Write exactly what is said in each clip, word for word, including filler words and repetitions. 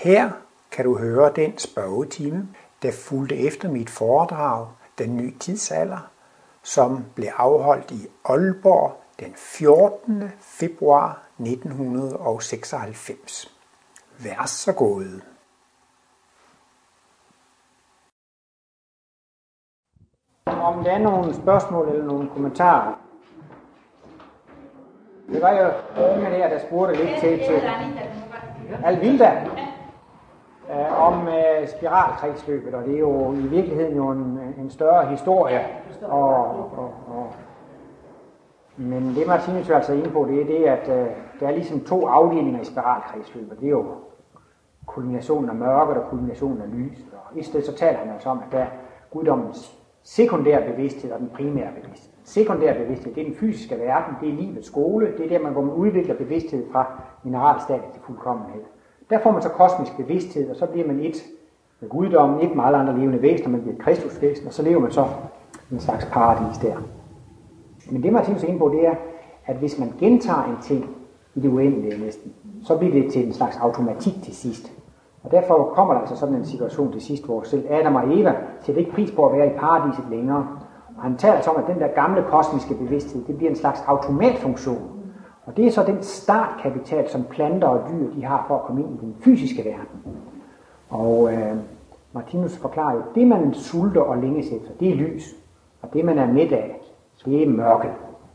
Her kan du høre den spørgetime, der fulgte efter mit foredrag, Den nye tidsalder, som blev afholdt i Aalborg den fjortende februar nitten seksoghalvfems. Vær så god. Om der er nogle spørgsmål eller nogle kommentarer. Det var jo unge der, der spurgte lidt til, til Alvilda øh, om øh, spiralkredsløbet, og det er jo i virkeligheden jo en, en større historie. Og, og, og, men det Martinus altså inde på, det er det, at øh, der er ligesom to afdelinger i spiralkredsløbet. Det er jo kulminationen af mørket og kulminationen af lyset. Og i stedet så taler han altså om, at der er guddommens sekundære bevidsthed og den primære bevidsthed. Sekundær bevidsthed, det er den fysiske verden, det er livets skole, det er der, man går man udvikler bevidsthed fra mineralstadiet til fuldkommenhed. Der får man så kosmisk bevidsthed, og så bliver man et med guddommen, et med alle andre levende væsener, man bliver et kristusvæsen, og så lever man så en slags paradis der. Men det, man tænker sig ind på, det er, at hvis man gentager en ting i det uendelige næsten, så bliver det til en slags automatik til sidst. Og derfor kommer der altså sådan en situation til sidst, hvor selv Adam og Eva sætter ikke pris på at være i paradiset længere. Og han taler altså om, at den der gamle kosmiske bevidsthed, det bliver en slags automatfunktion. Og det er så den startkapital, som planter og dyr, de har for at komme ind i den fysiske verden. Og øh, Martinus forklarer jo, at det man sulter og længes efter, det er lys. Og det man er midt af, det er mørke.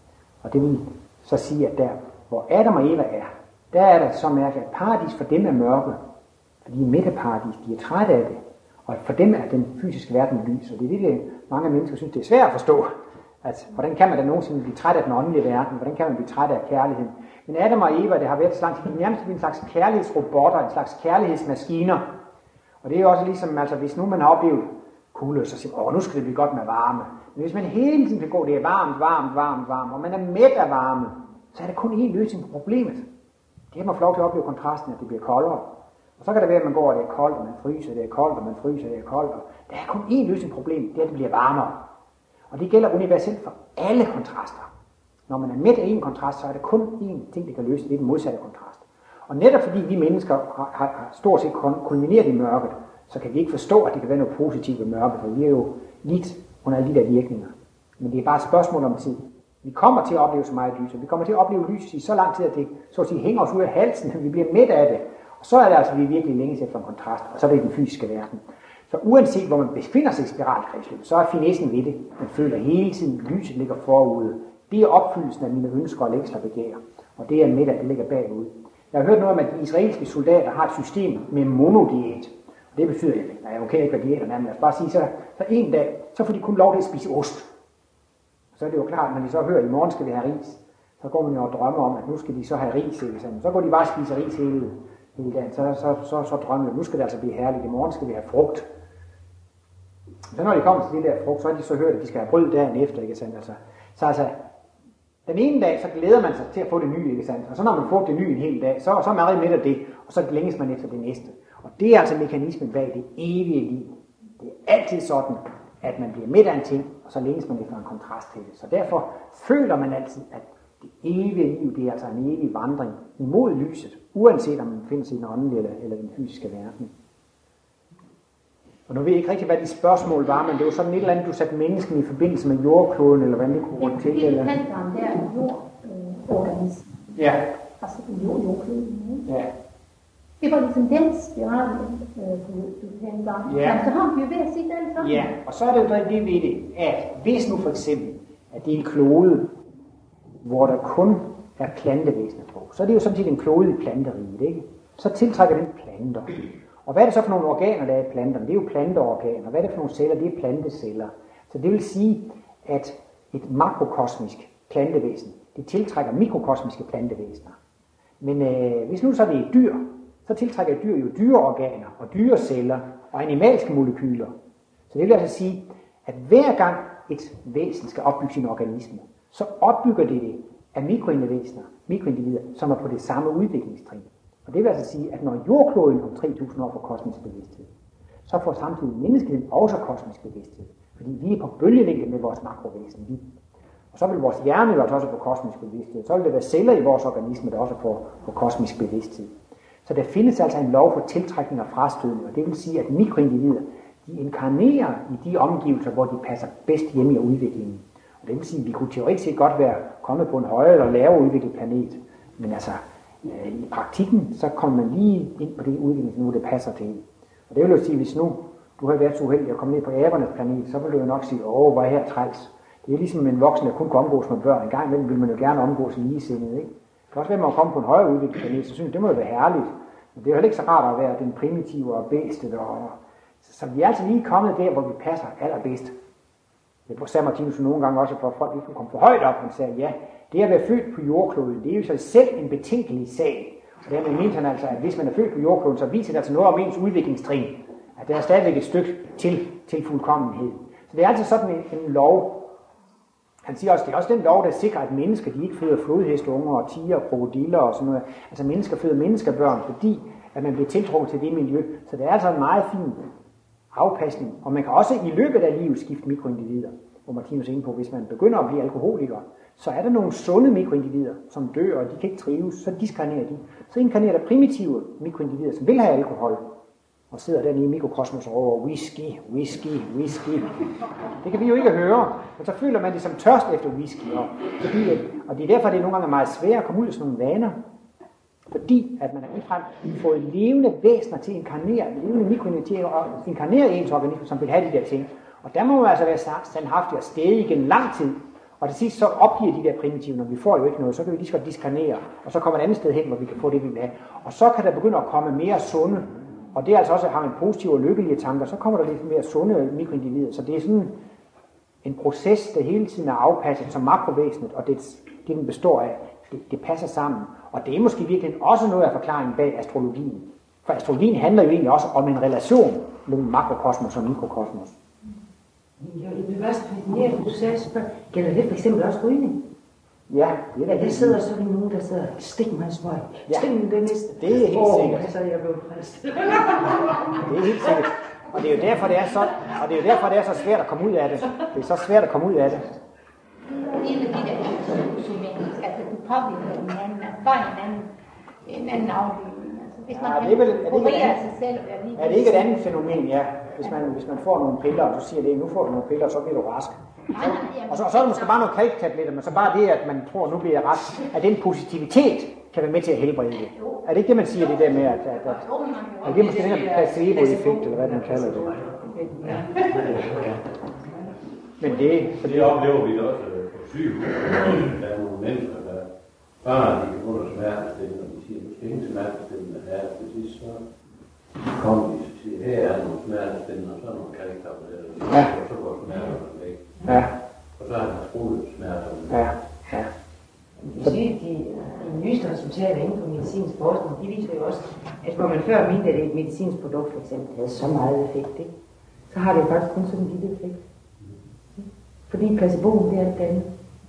Og det vil så sige, at der, hvor Adam og Eva er, der er der så mærkeligt, at paradis for dem er mørke. For de er midt af paradis, de er trætte af det. Og for dem er den fysiske verden lys. Og det er det, det mange mennesker synes, det er svært at forstå. At, hvordan kan man da nogensinde blive træt af den åndelige verden? Hvordan kan man blive træt af kærligheden? Men Adam og Eva, det har været så langt, de nærmest en slags kærlighedsrobotter, en slags kærlighedsmaskiner. Og det er jo også ligesom, altså hvis nu man har oplevet kulde, så siger man, åh, nu skal det blive godt med varme. Men hvis man hele tiden kan gå, det er varmt, varmt, varmt, varmt, og man er mæt af varme, så er det kun én løsning på problemet. Det er, at man får lov til at opleve kontrasten, at det bliver koldere. Og så kan det være, at man går, og det er koldt, og man fryser, det er koldt, og man fryser, det er koldt. Og der er kun én løsning på problemet, det er, at det bliver varmere. Og det gælder universelt for alle kontraster. Når man er midt af en kontrast, så er det kun én ting, der kan løse det, det er den modsatte kontrast. Og netop fordi vi mennesker har, har, har stort set kulmineret i mørket, så kan vi ikke forstå, at det kan være noget positivt ved mørket, for vi er jo lidt under alle de der virkninger. Men det er bare et spørgsmål om tid. Vi kommer til at opleve så meget lys, og vi kommer til at opleve lys i så lang tid, at det så at sige, hænger os ud af halsen, at vi bliver midt af det. Og så er det altså, at vi virkelig længes efter en kontrast, og så er det i den fysiske verden. Så uanset hvor man befinder sig i spiralkredsløbet, så er finessen ved det. Man føler hele tiden, at lyset ligger forude. Det er opfyldelsen af mine ønsker og længsler begær. Og det er en middag, der ligger bagud. Jeg har hørt noget om, at de israelske soldater har et system med monodiæt. Og det betyder, at jeg okay ikke, hvad diæterne er, men lad os bare sige, så, så en dag, så får de kun lov til at spise ost. Så er det jo klart, at når de så hører, at i morgen skal vi have ris, så går man jo og drømmer om, at nu skal de så have ris. Så går de bare og spiser ris hele, hele dagen. Så, så, så, så drømmer de, nu skal det altså blive herligt. I morgen skal vi have frugt. Så når de kommer til det der frugt, så har de så hørt, at de skal have brød dagen efter, ikke sandt? Altså, så altså, den ene dag, så glæder man sig til at få det nye, ikke sandt? Og så når man får det nye en hel dag, så, så er man rigtig midt af det, og så længes man efter det næste. Og det er altså mekanismen bag det evige liv. Det er altid sådan, at man bliver midt af en ting, og så længes man efter en kontrast til det. Så derfor føler man altid, at det evige liv, det er altså en evig vandring imod lyset, uanset om man finder sig i den åndelige eller, eller den fysiske verden. Og nu ved jeg ikke rigtig, hvad de spørgsmål var, men det var sådan et eller andet, du satte mennesken i forbindelse med jordkloden, eller hvad det kunne rundt til, eller? Det er om der jordorganisme. Ja. Altså jord, jordkloden. Ja. Det var ligesom den spiral, du talte om. Ja. Så har vi jo ved at sige det sammen. Ja, og så er det jo det ved det, at hvis nu for eksempel, at det er en klode, hvor der kun er plantevæsener på, så er det jo sådan set en klode i planteriget, ikke? Så tiltrækker den planter. Og hvad er det så for nogle organer, der er i planterne? Det er jo planteorganer. Hvad er det for nogle celler? Det er planteceller. Så det vil sige, at et makrokosmisk plantevæsen, det tiltrækker mikrokosmiske plantevæsener. Men øh, hvis nu så det er dyr, så tiltrækker dyr jo dyreorganer og dyreceller og animalske molekyler. Så det vil altså sige, at hver gang et væsen skal opbygge sin organisme, så opbygger det det af mikroindivider, mikroindivider, som er på det samme udviklingstrin. Og det vil altså sige, at når jordkloden om tre tusind år får kosmisk bevidsthed, så får samtidig menneskeheden også kosmisk bevidsthed. Fordi vi er på bølgelængde med vores makrovæsen. Og så vil vores hjerne jo også få kosmisk bevidsthed. Så vil det være celler i vores organisme, der også får, får kosmisk bevidsthed. Så der findes altså en lov for tiltrækning og frastødning, og det vil sige, at mikroindivider, de inkarnerer i de omgivelser, hvor de passer bedst hjemme i udviklingen. Og det vil sige, at vi kunne teoretisk set godt være kommet på en højere eller lavere udviklet planet, men altså øh, i praktikken, så kommer man lige ind på det udviklingsniveau, det passer til. Og det vil jo sige, hvis nu du har været så uheldig at komme ned på abernes planet, så vil du jo nok sige, åh, hvor er her træls. Det er ligesom en voksen, der kun kan omgås med børn. En gang imellem vil man jo gerne omgås ligesindet, ikke? Det kan også være, at man kommer på en højere udviklet planet, så synes jeg, det må jo være herligt. Men det er jo heller ikke så rart at være den primitive og bæstet. Og... Så, så vi er altså lige kommet der, hvor vi passer allerbedst. Det sagde Martinus nogle gange også, for folk ikke kom for højt op, og sagde, ja, det at være født på jordkloden, det er jo sig selv en betænkelig sag. Og dermed mente han altså, at hvis man er født på jordkloden, så viser det altså noget om ens udviklingstrin. At der er stadigvæk et stykke til, til fuldkommenhed. Så det er altså sådan en, en lov. Han siger også, det er også den lov, der sikrer, at mennesker de ikke føder flodhesteunger og tiger og krokodiller og sådan noget. Altså mennesker føder menneskebørn, fordi at man bliver tiltrukket til det miljø. Så det er altså en meget fin afpasning. Og man kan også i løbet af livet skifte mikroindivider. Hvor Martinus er inde på, hvis man begynder at blive alkoholiker, så er der nogle sunde mikroindivider, som dør, og de kan ikke trives, så diskarnerer de. Så inkarnerer der primitive mikroindivider, som vil have alkohol, og sidder der i mikrokosmos over whisky, whisky, whisky. Det kan vi jo ikke høre, men så føler man det som tørst efter whisky. Og, fordi, og det er derfor, det er nogle gange meget svært at komme ud af sådan nogle vaner. Fordi at man har ligefrem fået levende væsener til at inkarnere, levende mikroindivider og inkarnere ens organisme, som vil have de der ting. Og der må man altså være standhaftig og stædig igen lang tid. Og til sidst så opgiver de der primitive, når vi får jo ikke noget, så kan vi lige så godt diskarnere. Og så kommer et andet sted hen, hvor vi kan få det, vi vil have. Og så kan der begynde at komme mere sunde. Og det er altså også, at har man positive og lykkelige tanker, så kommer der lidt mere sunde mikroindivider. Så det er sådan en proces, der hele tiden er afpasset som makrovæsenet, og det, det den består af, det, det passer sammen. Og det er måske virkelig også noget af forklaringen bag astrologien. For astrologien handler jo egentlig også om en relation mellem makrokosmos og mikrokosmos. Jo, det vil være så fascinerende, du sagde, gælder det for eksempel også rygning? Ja, det er da. Ja, der sidder sådan nogen, der sidder, stik mig en smøg, stik mig det næste. Det er helt oh, sikkert. Så er jeg blevet frist. Det er helt sikkert. Og det er jo derfor, det er så, og det er jo derfor, det er så svært at komme ud af det. Det er så svært at komme ud af det. En af de der psykologiske, altså de påvirker hinanden, altså for hinanden, en anden afdeling. Altså, hvis man Ja, kan det er vel, er det ikke et sig selv og være lige. er det ikke et andet fænomen, ja? Hvis man, hvis man får nogle piller, og du siger det, nu får du nogle piller, så bliver du rask. Så, og, så, og så er det måske bare nogle kalktabletter, men så bare det, at man tror, nu bliver jeg rask, at den positivitet kan være med til at helbrede det. Er det ikke det, man siger, det der med, at, at, at, at det er måske den her placebo-effekt, eller hvad man kalder det? Men det... Det oplever vi også på sygehus. Der er nogle mennesker, der bare de kan få noget smertestillende, og de siger, du skal ingen smertestillende her. Til sidst så kommer de og siger, her er nogle smertestillende, og så er nogle kalktabletter, ja. Og så går smerterne væk. Ja. Og så er der skruet smerterne. Ja, ja. De, siger, de, de nyeste resultater inden for medicinsk forskning, de viser jo også, at hvor man før mente, at et medicinsk produkt for eksempel havde så meget effekt, ikke? Så har det faktisk kun sådan en lille effekt. Fordi placeboen, det er alt andet.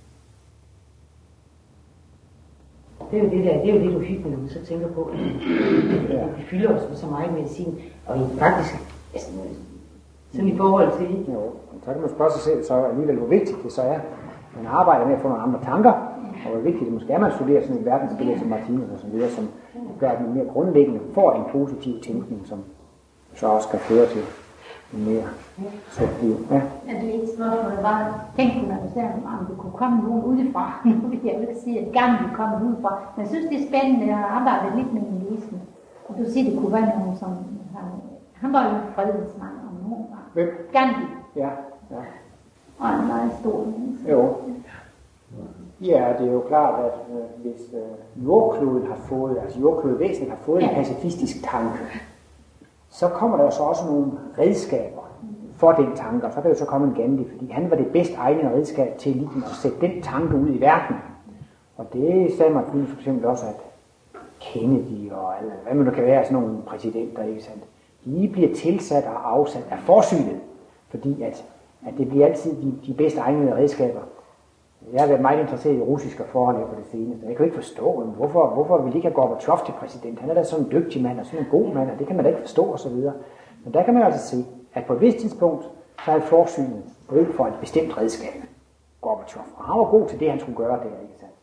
Det er jo det der, det er jo lidt uhyggeligt, når man så tænker på, at vi fylder os med så meget medicin, og faktisk sådan i forhold til... Jo, så kan man spørge sig selv så alligevel, hvor vigtigt det så er. Man arbejder med at få nogle andre tanker, og hvor vigtigt det måske er, at man studerer sådan et verdensbillede som Martinus og så videre, som gør, at man mere grundlæggende får en positiv tænkning, som så også kan føre til en mere svært liv. Ja. Men det er ikke spørgsmålet bare, tænk på, når du ser, om det kunne komme nogen udefra. Nu vil jeg jo ikke sige, at gerne vil komme udefra, men jeg synes, det er spændende at arbejde lidt med hinduisme. Og du siger, det kunne være nogen, som har... Han var jo fredens mand om nogen. Hvem? Gandhi. Ja, ja. Og en meget stor menneske. Jo. Ja, det er jo klart, at øh, hvis øh, jordkloden har fået, altså jordklodvæsenet har fået ja. en pacifistisk tanke, så kommer der jo så også nogle redskaber for den tanke, og så kan jo så komme en Gandhi, fordi han var det bedst egnede redskab til lige at sætte den tanke ud i verden. Og det sagde man for eksempel også, at Kennedy og alle, hvad man nu kan være, sådan nogle præsidenter, ikke sandt? De bliver tilsat og afsat af forsynet, fordi at, at det bliver altid de, de bedst egnede redskaber. Jeg har været meget interesseret i russiske forhold her på det seneste. Jeg kan ikke forstå, hvorfor, hvorfor vil ikke have Gorbachev til præsident? Han er da sådan en dygtig mand og sådan en god mand, og det kan man da ikke forstå osv. Men der kan man altså se, at på et vist tidspunkt, så er forsynet brug for et bestemt redskab. Gorbachev. Og han var god til det, han skulle gøre der, ikke sandt?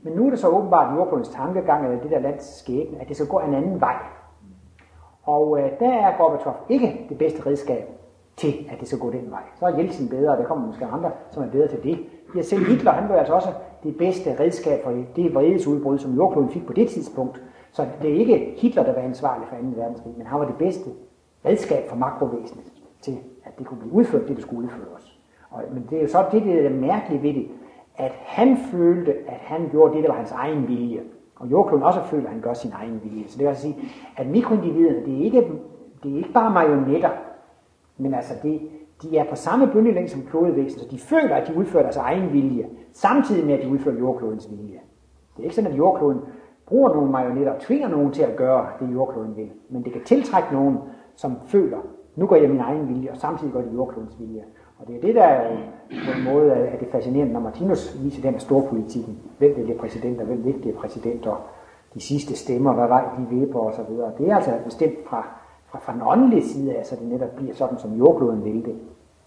Men nu er det så åbenbart jordklodens tankegang, eller det der lands skæbne, at det skal gå en anden vej. Og øh, der er Gorbatjov ikke det bedste redskab til, at det skal gå den vej. Så er Jeltsin bedre, og der kommer måske andre, som er bedre til det. Ja, selv Hitler, han var altså også det bedste redskab for det vredesudbrud, som jordkloden fik på det tidspunkt. Så det er ikke Hitler, der var ansvarlig for anden verdenskrig, men han var det bedste redskab for makrovæsenet til, at det kunne blive udført, det der skulle udføres. Og, men det er jo så det, det er mærkeligt ved det, at han følte, at han gjorde det, der var hans egen vilje. Og jordkloden også føler, at han gør sin egen vilje. Så det vil altså sige, at mikroindividerne, det er ikke, det er ikke bare marionetter, men altså det, de er på samme bølgelængde som klodevæsen, så de føler, at de udfører deres egen vilje, samtidig med, at de udfører jordklodens vilje. Det er ikke sådan, at jordkloden bruger nogle marionetter og tvinger nogen til at gøre det, jordkloden vil. Men det kan tiltrække nogen, som føler, nu gør jeg min egen vilje, og samtidig gør det jordklodens vilje. Og det er det, der er på en måde er det fascinerende, når Martinus viser den af storpolitikken. Hvem det bliver præsident, og hvem det ikke bliver præsident, og de sidste stemmer, hvad vej de vipper og så videre. Det er altså bestemt fra, fra, fra den åndelige side af, så det netop bliver sådan, som jordkloden vil det.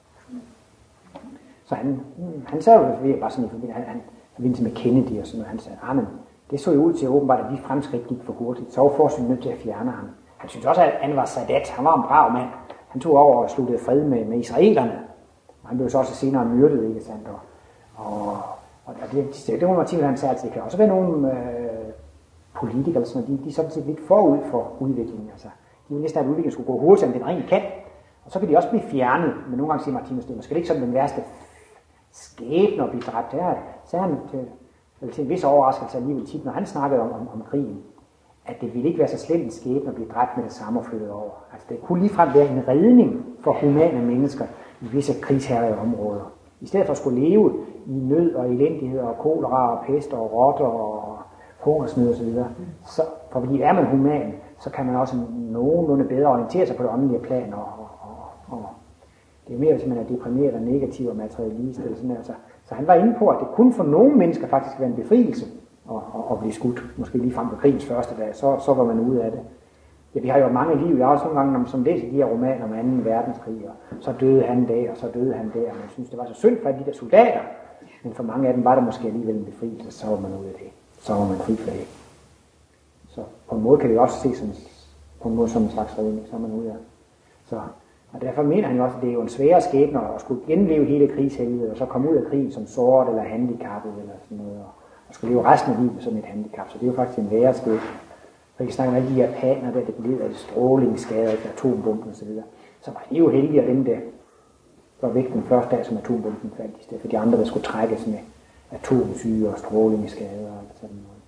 Så han, han sagde jo bare sådan i forbindelse, han, han forbindelse med Kennedy og sådan noget, han sagde, ah, men det så jo ud til åbenbart, at de fremskridt gik for hurtigt, så var forsynet nødt til at fjerne ham. Han synes også, at han var Sadat, han var en brav mand. Han tog over og sluttede fred med, med israelerne. Han blev så også senere myrdet, ikke sandt? Og, og, og det, det var Martinus, han sagde, at det kan også være nogle øh, politikere, eller sådan noget, de, de er sådan set lidt forud for udviklingen. Altså, de vil næsten, at udviklingen skulle gå hurtigere, end den rent kan. Og så kan de også blive fjernet, men nogle gange siger Martinus, det er måske ikke sådan den værste skæbne at blive dræbt. Der sagde han til, til en vis overraskelse alligevel tit, når han snakkede om, om, om krigen, at det ville ikke være så slemt en skæbne at blive dræbt med det samme og flyttet over. Altså det kunne ligefrem være en redning for humane mennesker i visse krigshærgede områder. I stedet for at skulle leve i nød og elendighed og kolera og pest og rotter og hungersnød osv. Så for fordi er man human, så kan man også nogenlunde bedre orientere sig på det åndelige plan. Og, og, og, og det er mere, hvis man er deprimeret og negativ og materialist. Eller sådan, altså. Så han var inde på, at det kun for nogle mennesker faktisk var en befrielse at, at, at blive skudt. Måske lige frem på krigens første dag, så, så var man ude af det. Ja, vi har jo mange liv. Jeg har også nogle gange, når man læser de her romaner om anden verdenskrig, og så døde han der, og så døde han der. Man synes, det var så synd for de der soldater. Men for mange af dem var der måske alligevel en befrielse, så var man ude af det. Så var man fri for det. Så på en måde kan det også se som, på en måde som en slags redning, så er man ude af det. Så, og derfor mener han jo også, at det er jo en sværere skæbne at skulle genleve hele krigshelvedet, og så komme ud af krigen som såret eller handicappet eller sådan noget, og, og skulle leve resten af livet som et handicap. Så det er jo faktisk en værre skæbne. For ikke snakke om alle de japaner, der det blev af strålingsskader efter atombomben osv. Så var de jo heldige, at dem der var væk den første dag, som atombomben faldt, i stedet for de andre, der skulle trækkes med atomsyge og strålingsskader og sådan noget.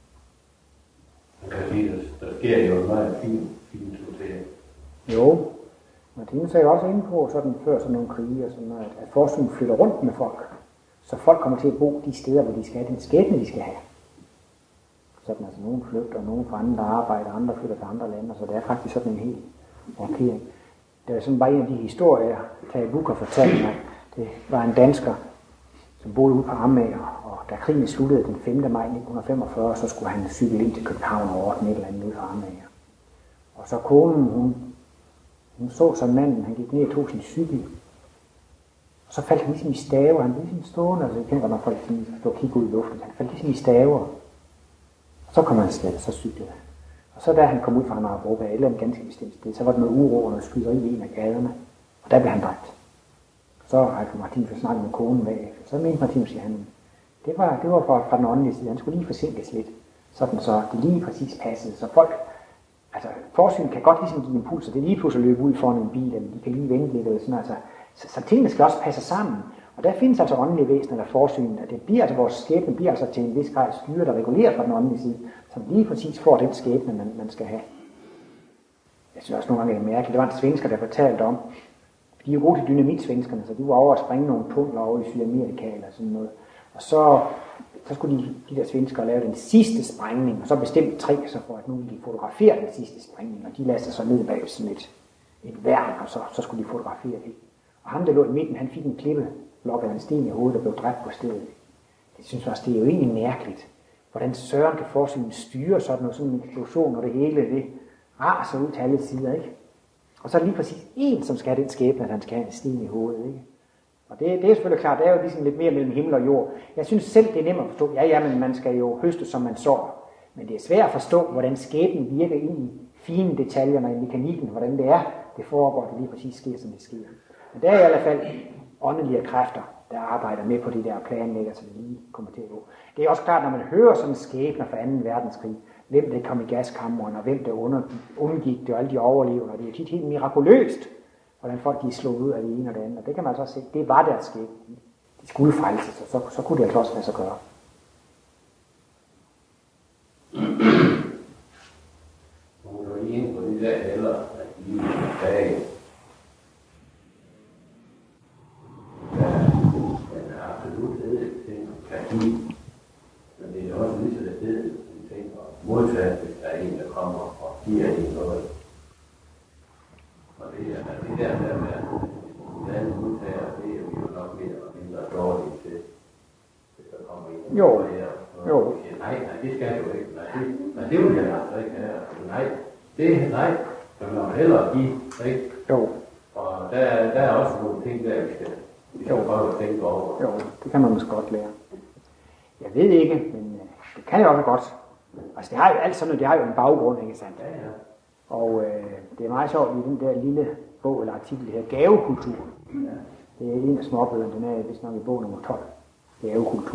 Man kan sige, at der sker jo en meget fin, fin sortering. Jo, Martinus er jo også inde på, sådan før sådan nogle krige og sådan noget, at forskningen flytter rundt med folk, så folk kommer til at bo de steder, hvor de skal have den skæbne, de skal have. Sådan altså, nogen flygter, og nogen fra andre arbejder, andre flytter til andre lande, så det er faktisk sådan en helt rokering. Det var sådan bare en af de historier, Tage Bucher fortalte mig. Det var en dansker, som boede ude på Amager, og da krigen sluttede den femte maj nitten femogfyrre, så skulle han cykle ind til København og ordne et eller andet ude på Amager. Og så konen, hun, hun så som manden, han gik ned og tog sin cykel, og så faldt han ligesom i staver, han blev ligesom stående, altså jeg kender, når folk stod og kiggede ud i luften, han faldt ligesom i staver. Så kom han afsted, så cyklede han. Og så da han kom ud fra Amagerbro, eller en ganske bestemt sted, så var der noget uro og noget skyderi i en af gaderne, og der blev han dræbt. Så har Martinus snakket med konen bagefter. Så mente Martinus, at han, det var, det var fra, fra den åndelige side, han skulle lige forsinkes lidt, sådan så det lige præcis passede. Så folk, altså forsyn kan godt ligesom give impulser, det er lige pludselig at løbe ud foran en bil, eller de kan lige vente lidt, eller sådan, altså, så, så tingene skal også passe sammen. Og der findes altså åndelige væsener, der forsynet, at det bliver altså vores skæbne, bliver altså til en vis grad styret og reguleret fra den åndelige side, som lige præcis får den skæbne, man, man skal have. Jeg synes også nogle gange, det er mærkeligt. Det var en svensker, der fortalte om, de er jo gode til dynamitsvenskerne, så de var over at springe nogle tunneler over i Sydamerika eller sådan noget. Og så, så skulle de, de der svenskere lave den sidste sprængning, og så bestemte tre så for, at nu ville de fotografere den sidste sprængning, og de lagde sig så ned bag sådan et, et værn, og så, så skulle de fotografere det. Og ham, der lå i midten, han fik en klippe, blok af en sten i hovedet og blev dræbt på stedet. Det synes jeg også, det er jo egentlig mærkeligt, hvordan Søren kan forsynet styre sådan noget, sådan en eksplosion, og det hele, det raser ud til alle sider, ikke? Og så er det lige præcis en, som skal have den skæbne, at han skal have en sten i hovedet, ikke? Og det, det er selvfølgelig klart, det er jo ligesom lidt mere mellem himmel og jord. Jeg synes selv, det er nemt at forstå. Ja, ja, men man skal jo høste, som man sår. Men det er svært at forstå, hvordan skæbnen virker ind i fine detaljer i mekanikken, hvordan det er, det foregår, det lige præcis sker, som det sker. Men der er i hvert fald åndelige kræfter, der arbejder med på det der planlægger, så det lige kommer til at gå. Det er også klart, når man hører sådan skæbner fra anden verdenskrig, hvem der kom i gaskammeren, og hvem der under, undgik det, og alle de overlevende, og det er jo tit helt mirakuløst, hvordan folk de er slået ud af det ene og det andet. Og det kan man altså se, det var deres skæbne. De skulle frelses, så, så, så kunne det altså også lade sig gøre. Hun var inde på det der heller, at de er tilbage. Den er absolut ledet ting, kan give. Men det er også lige så det ledet ting, og modsat, hvis der er en, der kommer og giver en noget. Og det er det der med, at den modtager, det er vi jo nok mere og mindre dårlige til, hvis der kommer en. Jo, og jo. Og siger, nej, nej, det skal du ikke. Nej, det, nej, det vil jeg altså ikke have. Nej, det, nej, så vil man hellere give, ikke? Jo. Og der, der er også nogle ting, der vi skal, vi skal prøve at tænke over. Jo, det kan man måske godt lære. Jeg ved ikke, men det kan jeg også godt. Altså, det har jo alt sådan noget, det har jo en baggrund, ikke sandt? Ja, ja. Og øh, det er meget sjovt i den der lille bog eller artikel, det her gavekultur. Ja. Det er en af småbøgerne, den er vist nok i bog nummer tolv. Gavekultur.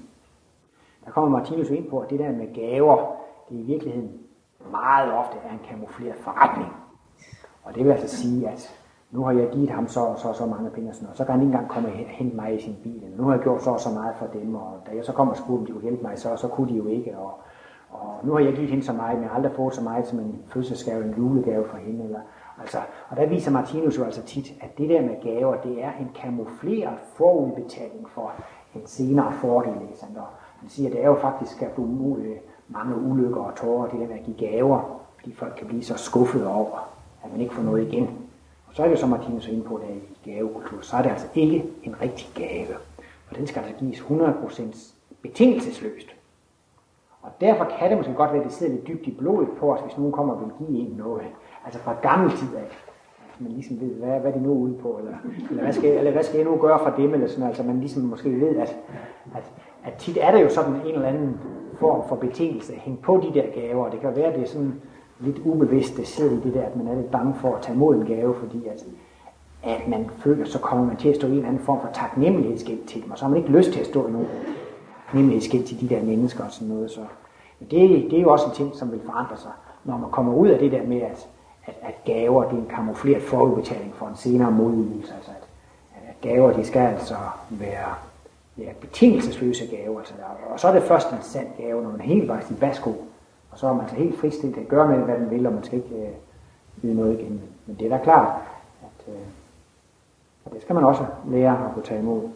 Der kommer Martinus ind på, at det der med gaver, det i virkeligheden meget ofte er en kamufleret forretning. Og det vil altså sige, at nu har jeg givet ham så og så, så mange penge, og sådan noget. Så kan han ikke engang komme og hente mig i sin bil. Nu har jeg gjort så og så meget for dem, og da jeg så kom og spurgte, om de kunne hjælpe mig, så, så kunne de jo ikke. Og, og nu har jeg givet hende så meget, men jeg har aldrig fået så meget som en fødselsgave, en julegave fra hende. Eller, altså, og der viser Martinus jo altså tit, at det der med gaver, det er en kamufleret forudbetaling for en senere fordel. Og han siger, at det er jo faktisk skabt umuligt mange ulykker og tårer, det der med at give gaver, fordi folk kan blive så skuffede over, at man ikke får noget igen. Og så er det jo så Martinus inde på, der i gavekultur, så er det altså ikke en rigtig gave. Og den skal altså gives hundrede procent betingelsesløst. Og derfor kan det måske godt være, at det sidder lidt dybt i blodet på os, hvis nogen kommer og vil give en noget. Altså fra gammel tid af. Altså man ligesom ved, hvad, hvad de nu er ude på, eller, eller, hvad skal, eller hvad skal jeg nu gøre for dem, eller sådan. Altså man ligesom måske ved, at, at, at tit er der jo sådan en eller anden form for betingelse hængt på de der gaver. Og det kan være, at det er sådan lidt ubevidst, det sidder i det der, at man er lidt bange for at tage imod en gave, fordi at, at man føler, så kommer man til at stå i en anden form for taknemmelighedsgæld til dem, og så har man ikke lyst til at stå i nogen taknemmelighedsgæld til de der mennesker og sådan noget. Så det, det er jo også en ting, som vil forandre sig, når man kommer ud af det der med, at, at, at gaver, det er en kamufleret forudbetaling for en senere modydelse, altså at, at gaver, de skal altså være ja, betingelsesløse gaver, altså, og så er det først en sand gave, når man er helt bare sin værsgo. Og så er man så helt fristillet at gøre med det, hvad man vil, og man skal ikke øh, vide noget igen. Men det er da klart, at øh, det skal man også lære at kunne tage imod.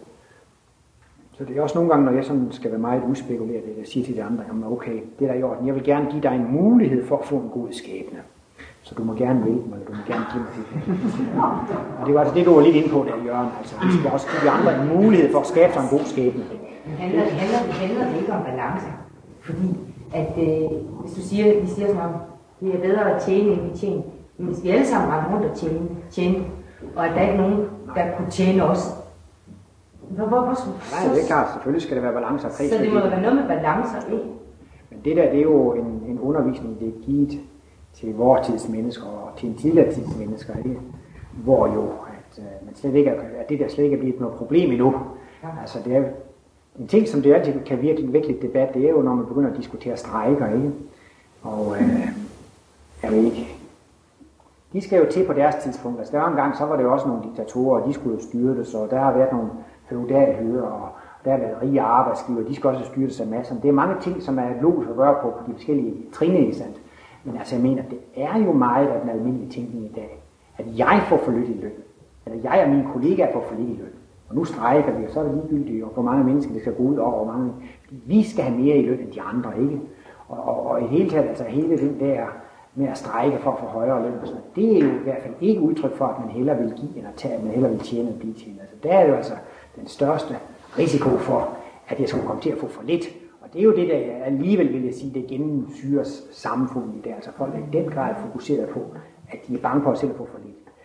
Så det er også nogle gange, når jeg sådan skal være meget uspekuleret, det jeg siger til de andre, jamen okay, det er der i orden. Jeg vil gerne give dig en mulighed for at få en god skæbne. Så du må gerne vælge mig, eller du må gerne give mig det. Og det var altså det, du var lidt inde på der, Jørgen. Altså, vi skal også give de andre en mulighed for at skabe sig en god skæbne. Men handler, handler, handler det ikke om balance? Fordi at øh, hvis du siger, vi siger sådan om, det er bedre at tjene end vi tjener. Men hvis vi alle sammen render rundt og tjene, tjene, og at der ikke er nogen, der kunne tjene os. Hvor, hvor, hvor, Nej, det er klart. Selvfølgelig skal det være balance. Så det må være noget med balancer, ikke? Men det der, det er jo en, en undervisning, det er givet til vores tids mennesker og til en tidligere tids mennesker, ikke? Hvor jo, at, uh, man slet ikke er, at det der slet ikke er blevet noget problem endnu. Ja. Altså det er en ting, som det altid kan virkelig vække lidt debat, det er jo, når man begynder at diskutere strejker, ikke? Og øh, jeg ved ikke, de skal jo til på deres tidspunkt. Altså der var en gang, så var det jo også nogle diktatorer, og de skulle jo styre det, så der har været nogle feudalhyder, og der har været rige arbejdsgiver, de skal også styre det sig masser. Det er mange ting, som er logisk at gøre på, på de forskellige trin, ikke sandt? Men altså jeg mener, det er jo meget af den almindelige tænkning i dag, at jeg får for lidt i løn, eller jeg og mine kollegaer får for lidt i løn. Og nu strækker vi, og så er det ligegyldigt, og hvor mange mennesker det skal gå ud over, og mange, vi skal have mere i løn end de andre, ikke? Og, og, og i hele taget, altså hele den der med at strække for at få højere løn og sådan noget, det er jo i hvert fald ikke udtryk for, at man hellere vil give, end at tage, at man hellere vil tjene end blive tjent. Altså der er jo altså den største risiko for, at jeg skulle komme til at få for lidt. Og det er jo det, der alligevel vil jeg sige, det gennemsyres samfundet i det. Altså folk er i den grad fokuseret på, at de er bange på at selv få for lidt.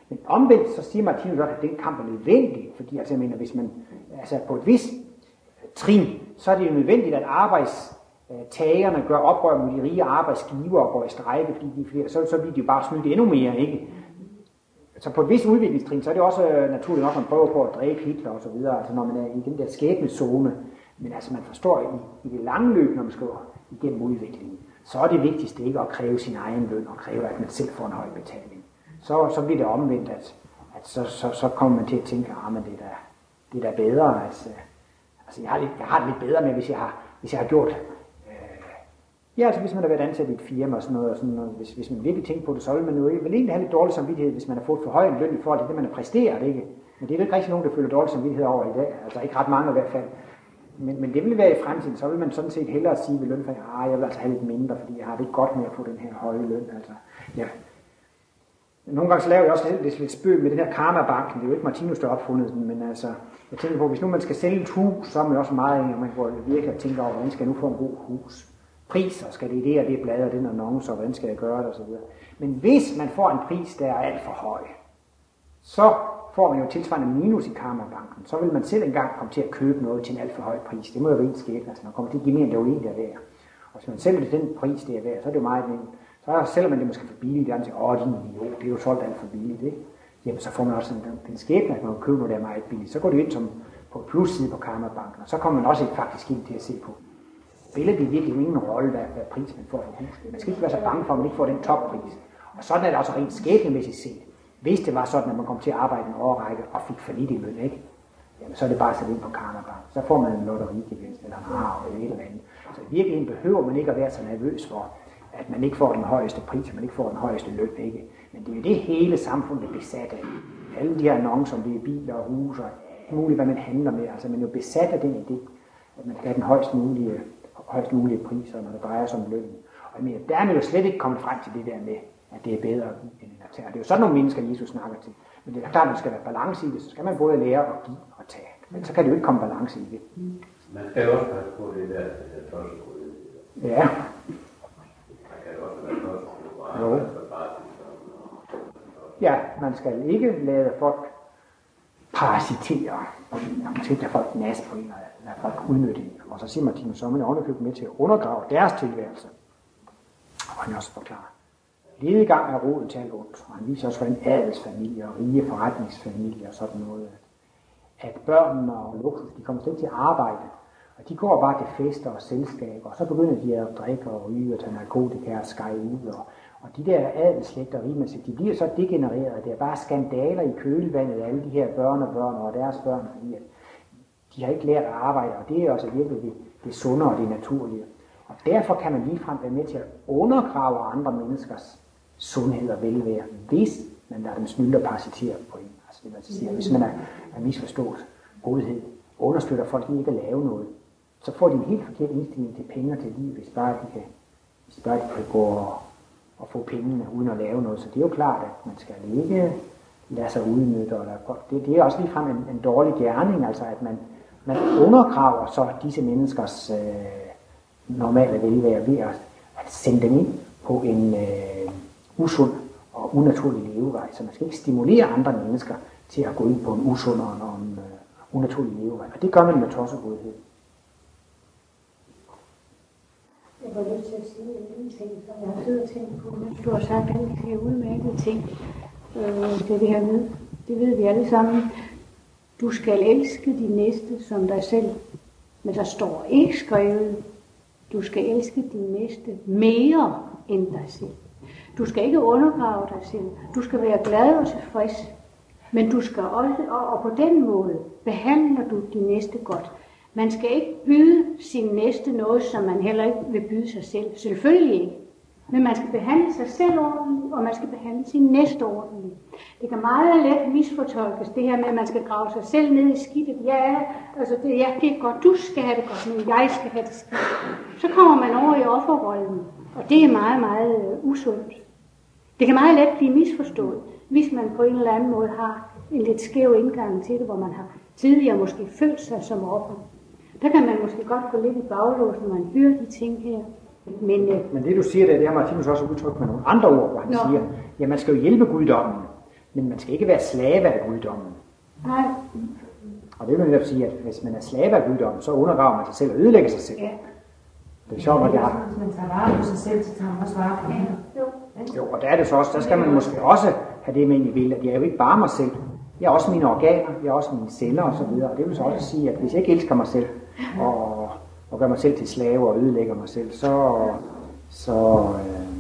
Men omvendt, så siger Martinus også, at den kamp er nødvendig, fordi altså, jeg mener, hvis man, altså på et vist trin, så er det jo nødvendigt, at arbejdstagerne gør oprør mod de rige arbejdsgiver og går i strejke, fordi de er flere, så, så bliver de jo bare snydt endnu mere, ikke? Så på et vist udviklingstrin, så er det også naturligt nok, at man prøver på at dræbe Hitler og så videre, altså når man er i den der skæbnezone. Men altså man forstår, i, i det lange løb, når man skal igennem udviklingen, så er det vigtigste ikke at kræve sin egen løn og kræve, at man selv får en høj betaling. Så, så bliver det omvendt, at, at så, så, så kommer man til at tænke, at ah, det, er da, det er da bedre. Altså, altså jeg, har lidt, jeg har det lidt bedre med, hvis jeg har, hvis jeg har gjort... Ja, altså hvis man har været ansat i et firma og sådan noget, og sådan noget hvis, hvis man virkelig tænker på det, så vil man jo vel egentlig have lidt dårlig samvittighed, hvis man har fået for høj en løn i forhold til det, man har præsteret, ikke? Men det er jo ikke rigtig nogen, der føler dårlig samvittighed over i dag, altså ikke ret mange i hvert fald. Men, men det vil være i fremtiden, så vil man sådan set hellere sige ved lønforhandling, ah, jeg vil altså have lidt mindre, fordi jeg har det ikke godt med at få den her høje løn, altså. Ja. Nogle gange så laver jeg også lidt, lidt spøg med den her Karma-banken, det er jo ikke Martinus, der har opfundet den, men altså, jeg tænker på, hvis nu man skal sælge et hus, så er man også meget enig, og man går virkelig og tænker over, hvordan skal jeg nu få en god hus? Priser, skal det det og det blad og den annonce, og hvordan skal jeg gøre det og så videre. Men hvis man får en pris, der er alt for høj, så får man jo tilsvarende minus i Karma-banken. Så vil man selv engang komme til at købe noget til en alt for høj pris. Det må jo være en skæbne, altså man kommer til at give mere end det jo egentlig er værd. Og hvis man sælger det den pris, det er værd, så er det jo meget nemt. Så selvom man det måske for billigt, der siger, åh, din idiot, det er jo solgt alt for billigt, ikke? Jamen så får man også den, den skæbne, at man kan købe noget, der er meget billigt. Så går det ind som på plusside på Karma-banken, og så kommer man også faktisk ind til at se på. Spiller det virkelig ingen rolle, hvad, hvad pris man får for huset. Man skal ikke være så bange for, at man ikke får den toppris. Og sådan er det også rent skæbnemæssigt set. Hvis det var sådan, at man kom til at arbejde en årrække og fik for lidt i løn, ikke? Jamen så er det bare sat ind på Karma-bank. Så får man en lotterigevinst eller en arv eller et eller andet. Så i virkeligheden behøver man ikke at være så nervøs for, at man ikke får den højeste pris, og man ikke får den højeste løn, ikke? Men det er jo det hele samfundet er besat af. Alle de her annoncer, om det er biler og huse og muligt, hvad man handler med. Altså man er jo besat af den idé, at man skal have den højst mulige højst mulige priser, når det drejer sig om lønnen. Og jeg mener, der er man jo slet ikke kommet frem til det der med, at det er bedre end at tage. Det er jo sådan nogle mennesker, Jesus snakker til. Men det er klart, at der skal være balance i det, så skal man både lære at give og tage. Men så kan det jo ikke komme balance i det. Man skal jo også passe på det der, det der tossegrød. Ja. Man kan jo også være tossegrød. Jo. Ja, man skal ikke lade folk parasitere. Man skal ikke lade folk nasse på en eller anden. Lade folk udnytte det. Og så siger Martinus, så er man ovenikøbet med til at undergrave deres tilværelse. Og han også forklarer. Ledegang er roden til alt ondt. Og han viser også, hvordan adelsfamilier og rige forretningsfamilier og sådan noget, at børnene og luksus, de kommer slet ikke til at arbejde. Og de går bare til fester og selskaber, og så begynder de at drikke og ryge og tage narkotika og skære ud. Og, og de der adelsslægter og rigemæssigt, de bliver så degenereret. Det er bare skandaler i kølvandet af alle de her børn og børn og deres børn, fordi at de har ikke lært at arbejde, og det er også virkelig det, det sunde og det naturlige. Og derfor kan man ligefrem være med til at undergrave andre menneskers sundhed og velvære, hvis man lader dem snylde og parasitere på en. Altså det vil altså sige, hvis man er, er misforstået godhed, understøtter folk ikke at lave noget, så får de en helt forkert indstilling til penge og til liv, hvis bare de kan, hvis bare de kan gå og, og få pengene uden at lave noget. Så det er jo klart, at man skal ikke lade sig udnytte. Eller det, det er også ligefrem en, en dårlig gerning, altså at man Man undergraver så disse menneskers øh, normale velvære ved at, at sende dem ind på en øh, usund og unaturlig levevej. Så man skal ikke stimulere andre mennesker til at gå ind på en usund og en øh, unaturlig levevej. Og det gør man med tossegodhed. Jeg var nødt til at sige en ting, som jeg har siddet og tænkt på, mens du har sagt alle de her udmærkede ting. Øh, det, det her med, det ved vi alle sammen. Du skal elske din næste som dig selv. Men der står ikke skrevet, du skal elske din næste mere end dig selv. Du skal ikke undergrave dig selv. Du skal være glad og tilfreds. Men du skal også, og, og på den måde behandler du din næste godt. Man skal ikke byde sin næste noget, som man heller ikke vil byde sig selv. Selvfølgelig ikke. Men man skal behandle sig selv ordentligt, og man skal behandle sin næste ordentligt. Det kan meget let misfortolkes, det her med, at man skal grave sig selv ned i skidtet. Ja, altså det, ja, det er godt, du skal have det godt, men jeg skal have det skidt. Så kommer man over i offerrollen, og det er meget, meget uh, usundt. Det kan meget let blive misforstået, hvis man på en eller anden måde har en lidt skæv indgang til det, hvor man har tidligere måske følt sig som offer. Der kan man måske godt gå lidt i baglås, når man hører de ting her. Men, øh, Men det du siger der, det har Martinus også udtrykt med nogle andre ord, hvor han Nå. siger, ja, man skal jo hjælpe guddommen. Men man skal ikke være slave af guddommen. Nej. Og det vil jeg sige, at hvis man er slave af guddommen, så undergraver man sig selv og ødelægger sig selv. Ja. Det er sjovt, at jeg har. Hvis man tager vare på sig selv, så tager man også vare på andre. Jo. Jo, og der er det så også, der skal man måske også have det med ind i billedet, at jeg er jo ikke bare mig selv. Jeg er også mine organer, jeg er også mine celler og så videre. Og det vil så også sige, at hvis jeg ikke elsker mig selv, og, og gør mig selv til slave og ødelægger mig selv, så, så, øh,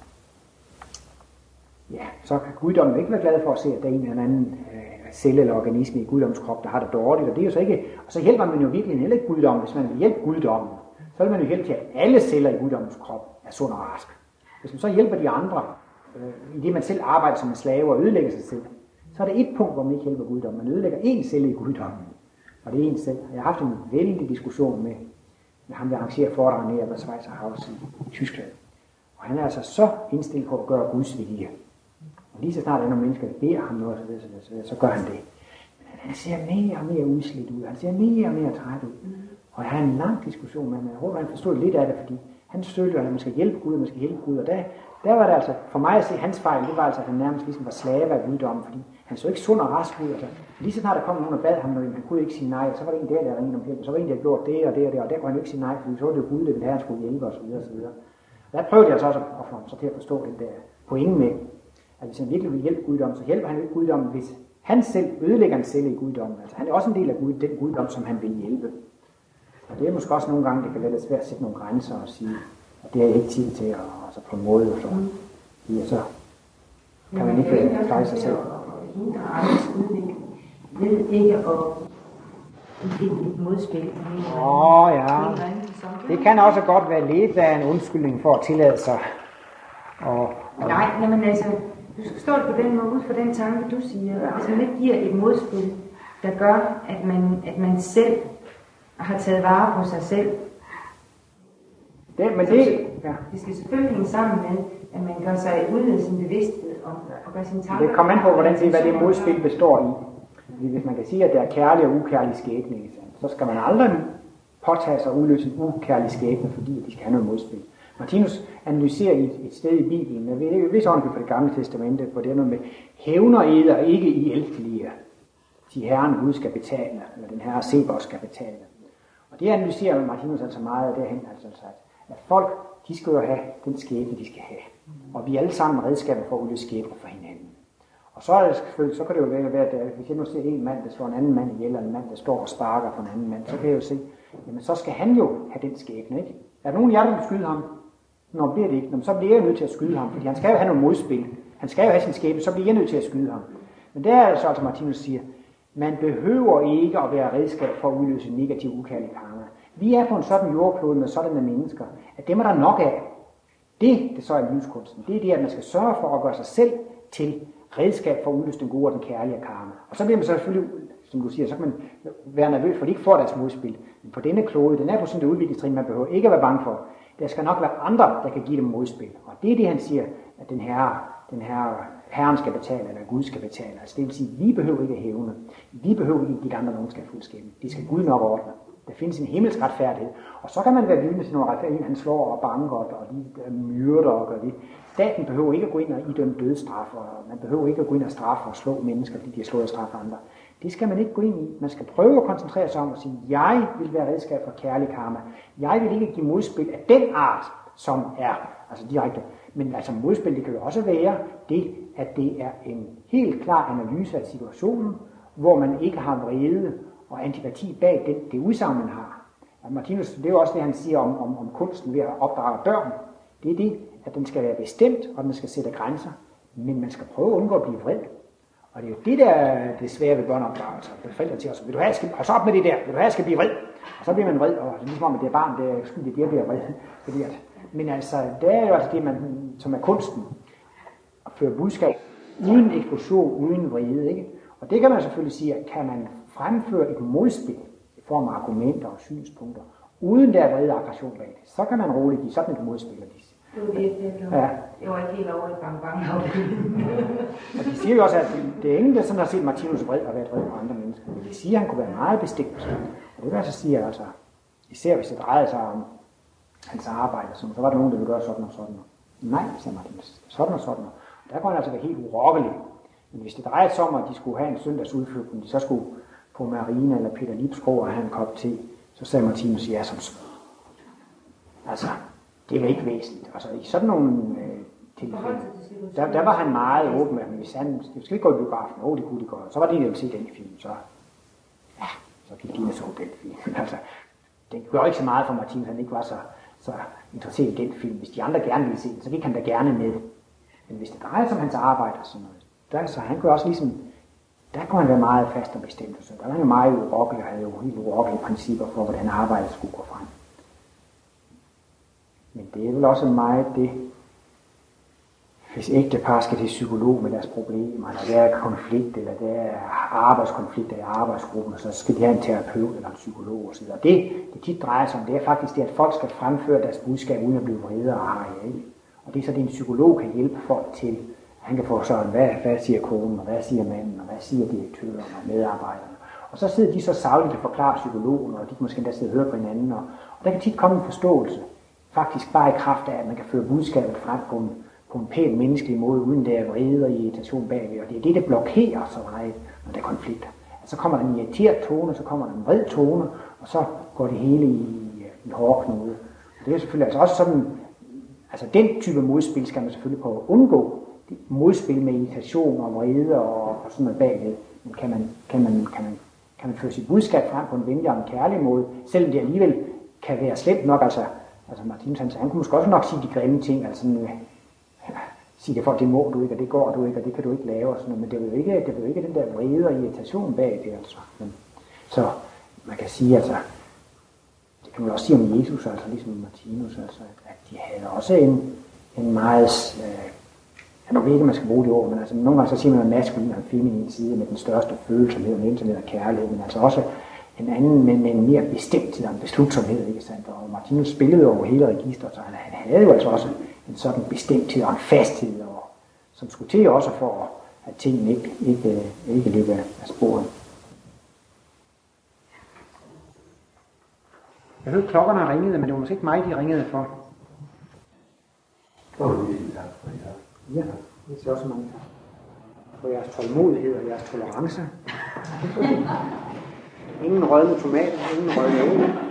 ja, så kan guddommen ikke være glad for at se, at der er en eller anden øh, celle eller organisme i guddommens krop, der har det dårligt. Og det er jo så ikke, og så hjælper man jo virkelig heller ikke guddommen. Hvis man vil hjælpe guddommen, så vil man jo hjælpe til, at alle celler i guddommens krop er sund og rask. Hvis man så hjælper de andre, øh, i det man selv arbejder som en slave og ødelægger sig selv, så er der et punkt, hvor man ikke hjælper guddommen. Man ødelægger én celle i guddommen, og det er en selv. Jeg har haft en vældig diskussion med, med ham, der arrangerer foredrag nede på Schweizerhaus i Tyskland. Og han er altså så indstillet på at gøre Guds vilje. Og lige så snart der er nogle mennesker, der beder ham noget, så, videre, så, videre, så, videre, så gør han det. Men han ser mere og mere udslidt ud. Han ser mere og mere træt ud. Og jeg har en lang diskussion med ham. Jeg håber, han forstod lidt af det, fordi han støtter, at man skal hjælpe Gud, og man skal hjælpe Gud. Og der, der var det altså, for mig at se, hans fejl, det var altså, at han nærmest ligesom var slave af guddommen, fordi han så ikke sund og rask ud. Altså, lige så snart der kom nogen og bad ham noget, han kunne ikke sige nej, så var det en der, der ringede om hjælp, så var det en, der havde gjort det og det og det, og der kunne han ikke sige nej, fordi så var det jo Gud, der ville have, han skulle hjælpe osv. osv. Der prøvede jeg altså også at få ham så til at forstå den der pointe med, at hvis han virkelig vil hjælpe guddommen, så hjælper han jo ikke guddommen, hvis han selv ødelægger en selv i guddommen. Altså han er også en del af Gud, den guddom, som han vil hjælpe. Og det er måske også nogle gange, det kan være lidt svært at sætte nogle grænser og sige, at det er ikke tid til, at altså på en måde, og så, ja, så kan man ikke klare sig selv. Hindre andres udvikling ved ikke at et modspil. Åh oh, ja, det kan også godt være lidt af en undskyldning for at tillade sig. Og, og... Nej, men altså, du skal forstå det på den måde, ud fra den tanke, du siger, hvis man ikke giver et modspil, der gør, at man, at man selv har taget vare på sig selv. Det, men det, ja. Det skal selvfølgelig hænge sammen med, at man gør sig udvide sin bevidsthed om, og gør sine tanker. Det kommer an på, hvordan det, hvad det modspil består i. Hvis man kan sige, at det er kærlig og ukærlig skæbne, så skal man aldrig påtage sig at udløse en ukærlig skæbne, fordi de skal have noget modspil. Martinus analyserer i et, et sted i Bibelen, men det er vist ordentligt fra det gamle testamente, hvor det er noget med, hævner eder ikke i æltelige, de herren Gud skal betale, eller den herre Sebers skal betale. Og det analyserer Martinus altså meget af derhen, altså at folk, de skal jo have den skæbne, de skal have. Og vi er alle sammen redskaber for at udløse skæbne for hinanden. Og så, er det selvfølgelig, så kan det jo være, at hvis jeg nu ser en mand, der slår en anden mand ihjel, eller en mand, der står og sparker for en anden mand, så kan jeg jo se, jamen så skal han jo have den skæbne, ikke? Er der nogen af jer, der vil skyde ham? Nå, bliver det ikke. Nå, så bliver jeg nødt til at skyde ham, fordi han skal jo have noget modspil. Han skal jo have sin skæbne, så bliver jeg nødt til at skyde ham. Men det er altså, altså Martinus siger, man behøver ikke at være redskab for at udløse negativ ukærlig karma. Vi er på en sådan jordklode med sådanne mennesker, at dem er der nok af. Det, det så er livskunsten, det er det, at man skal sørge for at gøre sig selv til redskab for at udløse den gode og den kærlige karma. Og så bliver man så selvfølgelig, som du siger, så kan man være nervøs for, at de ikke får deres modspil. Men på denne klode, den er på sådan et udviklingstrin, man behøver ikke at være bange for. Der skal nok være andre, der kan give dem modspil. Og det er det, han siger, at den herre, den herre, herren skal betale, eller Gud skal betale. Altså det vil sige, at vi behøver ikke at hævne. Vi behøver ikke, at de andre nogen skal have fuldskæbne. Det skal Gud nok ordne. Der findes en himmelsk retfærdighed. Og så kan man være vidne til nogle retfærdighed. Han slår og banker, og de myrder og gør det. Staten behøver ikke at gå ind og idømme dødsstraf, og man behøver ikke at gå ind og straffe og slå mennesker, fordi de har slået og straffe andre. Det skal man ikke gå ind i. Man skal prøve at koncentrere sig om at sige, jeg vil være redskab for kærlig karma. Jeg vil ikke give modspil af den art, som er, altså direkte. Men altså modspil, det kan jo også være det, at det er en helt klar analyse af situationen, hvor man ikke har vrede og antipati bag den, det udsagn, man har. Og Martinus, det er jo også det, han siger om, om, om kunsten ved at opdrage børn. Det er det, at den skal være bestemt, og den skal sætte grænser. Men man skal prøve at undgå at blive vred. Og det er jo det, der er det svære ved børneopdragelse. Forældre til os, vil du have, skal, hold så op med det der, vil du have, jeg skal blive vred. Og så bliver man vred, og det er ligesom om, at det er barn, det er skyldigt, det bliver vred. Fordi at, men altså, det er jo altså det, man, som er kunsten. At føre budskab uden eksplosion, uden vrede, ikke? Og det kan man selvfølgelig sige, at kan man fremføre et modspil i form af argumenter og synspunkter, uden der er vrede og aggression bag det, så kan man roligt give sådan et modspil. Det var det, det var. Ja. Det var ikke helt over et bang bang. Og de siger jo også, at det er ingen, der sådan har set Martinus vred og været vred på andre mennesker. Men de siger, at han kunne være meget bestemt. Og det vil altså sige, altså, især hvis det drejede sig om hans arbejde, så var der nogen, der ville gøre sådan og sådan. Nej, siger Martinus, sådan og sådan. Og der kunne han altså være helt urokkelig. Men hvis det drejede sig om, at de skulle have en søndagsudflytning, de så skulle på Marina eller Peter Lipsgaard og have en kop te, så sagde Martinus ja som så. Altså, det var ikke væsentligt. Altså, i sådan nogle øh, tilfælde, der, der var han meget åben, men hvis han, skal vi gå i biografen? Åh, oh, det kunne de godt. Så var det, de ville se den film, så, ja, så gik de og så den film. Altså, det gjorde ikke så meget for Martinus, han ikke var så, så interesseret i den film. Hvis de andre gerne ville se den, så gik han da gerne med. Men hvis det drejer sig om hans arbejde og sådan noget, der, så han kunne også ligesom, der kunne han være meget fast og bestemt. Så der var han jo meget urokkelig og havde jo helt urokkelige principper for, hvordan arbejdet skulle gå frem. Men det er vel også meget det, hvis ægtepar skal til psykolog med deres problemer, eller der er konflikt, eller der er arbejdskonflikter i arbejdsgruppen, så skal de have en terapeut eller en psykolog osv. Det, det tit drejer sig om, det er faktisk det, at folk skal fremføre deres budskab, uden at blive vrede og arige. Og det er så, det en psykolog kan hjælpe folk til. Han kan få sådan, hvad, hvad siger konen, og hvad siger manden, og hvad siger direktøren og medarbejderne. Og så sidder de så sagligt og forklarer psykologen, og de kan måske endda sidde og høre på hinanden. Og, og der kan tit komme en forståelse, faktisk bare i kraft af, at man kan føre budskabet frem på en, på en pæn menneskelig måde, uden der er vrede og irritation bagved. Og det er det, der blokerer så meget, når der er konflikter. Altså, så kommer der en irriteret tone, så kommer der en vred tone, og så går det hele i, i hårdknude. Og det er selvfølgelig altså også sådan, altså den type modspil skal man selvfølgelig prøve at undgå. Modspil med irritation og vrede og, og sådan noget bagved. Men kan man, kan, man, kan, man, kan man føre sit budskab frem på en venlig og en kærlig måde, selvom det alligevel kan være slemt nok, altså, altså Martinus han, han kunne måske også nok sige de grimme ting, altså sådan, øh, sige det folk, det må du ikke, og det går du ikke, og det kan du ikke lave, og sådan noget, men det var jo ikke, det var jo ikke den der vrede og irritation bag det, altså. Men, så man kan sige, altså, det kan man også sige om Jesus, altså ligesom Martinus, altså, at de havde også en, en meget, øh, jeg ved ikke, man skal bruge det ord, men altså, nogle gange så siger man en maskulin og en feminin side med den største følsomhed og ensomhed og kærlighed, men altså også en anden med, med en mere bestemthed og en beslutsomhed, ikke sandt? Og Martinus spillede over hele registret, så han, han havde jo altså også en sådan bestemthed og en fasthed, og, som skulle til også for, at tingene ikke, ikke, ikke løber af sporet. Jeg hørte, klokkerne har ringet, men det var måske ikke mig, de ringede for. Ja, det er også mange for jeres tålmodighed og jeres tolerance. Ingen rødne tomater, ingen rødne æg.